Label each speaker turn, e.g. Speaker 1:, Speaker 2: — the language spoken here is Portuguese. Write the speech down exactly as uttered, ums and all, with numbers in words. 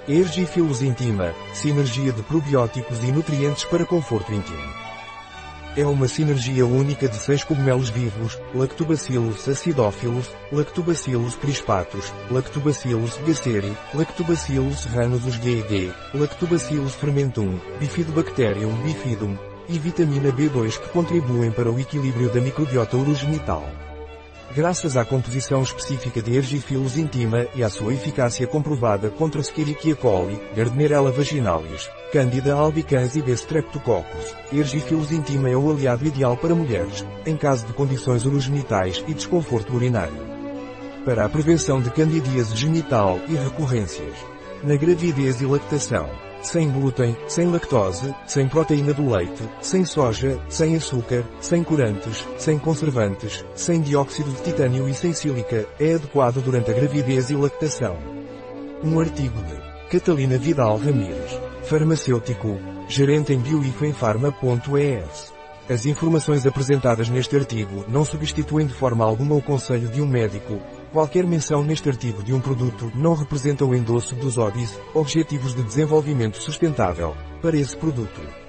Speaker 1: Ergifilos Intima, sinergia de probióticos e nutrientes para conforto íntimo. É uma sinergia única de seis cogumelos vivos, Lactobacillus acidophilus, Lactobacillus crispatus, Lactobacillus gasseri, Lactobacillus ranus G G, Lactobacillus fermentum, Bifidobacterium bifidum, e vitamina B dois que contribuem para o equilíbrio da microbiota urogenital. Graças à composição específica de Ergifilos Intima e à sua eficácia comprovada contra Escherichia coli, Gardnerella vaginalis, Candida albicans e B. streptococcus, Ergifilos Intima é o aliado ideal para mulheres, em caso de condições urogenitais e desconforto urinário. Para a prevenção de candidíase genital e recorrências. Na gravidez e lactação. Sem glúten, sem lactose, sem proteína do leite, sem soja, sem açúcar, sem corantes, sem conservantes, sem dióxido de titânio e sem sílica, é adequado durante a gravidez e lactação. Um artigo de Catalina Vidal Ramírez, farmacêutico, gerente em bioifenfarma ponto e s. As informações apresentadas neste artigo não substituem de forma alguma o conselho de um médico. Qualquer menção neste artigo de um produto não representa o endosso dos O D I S, Objetivos de Desenvolvimento Sustentável, para esse produto.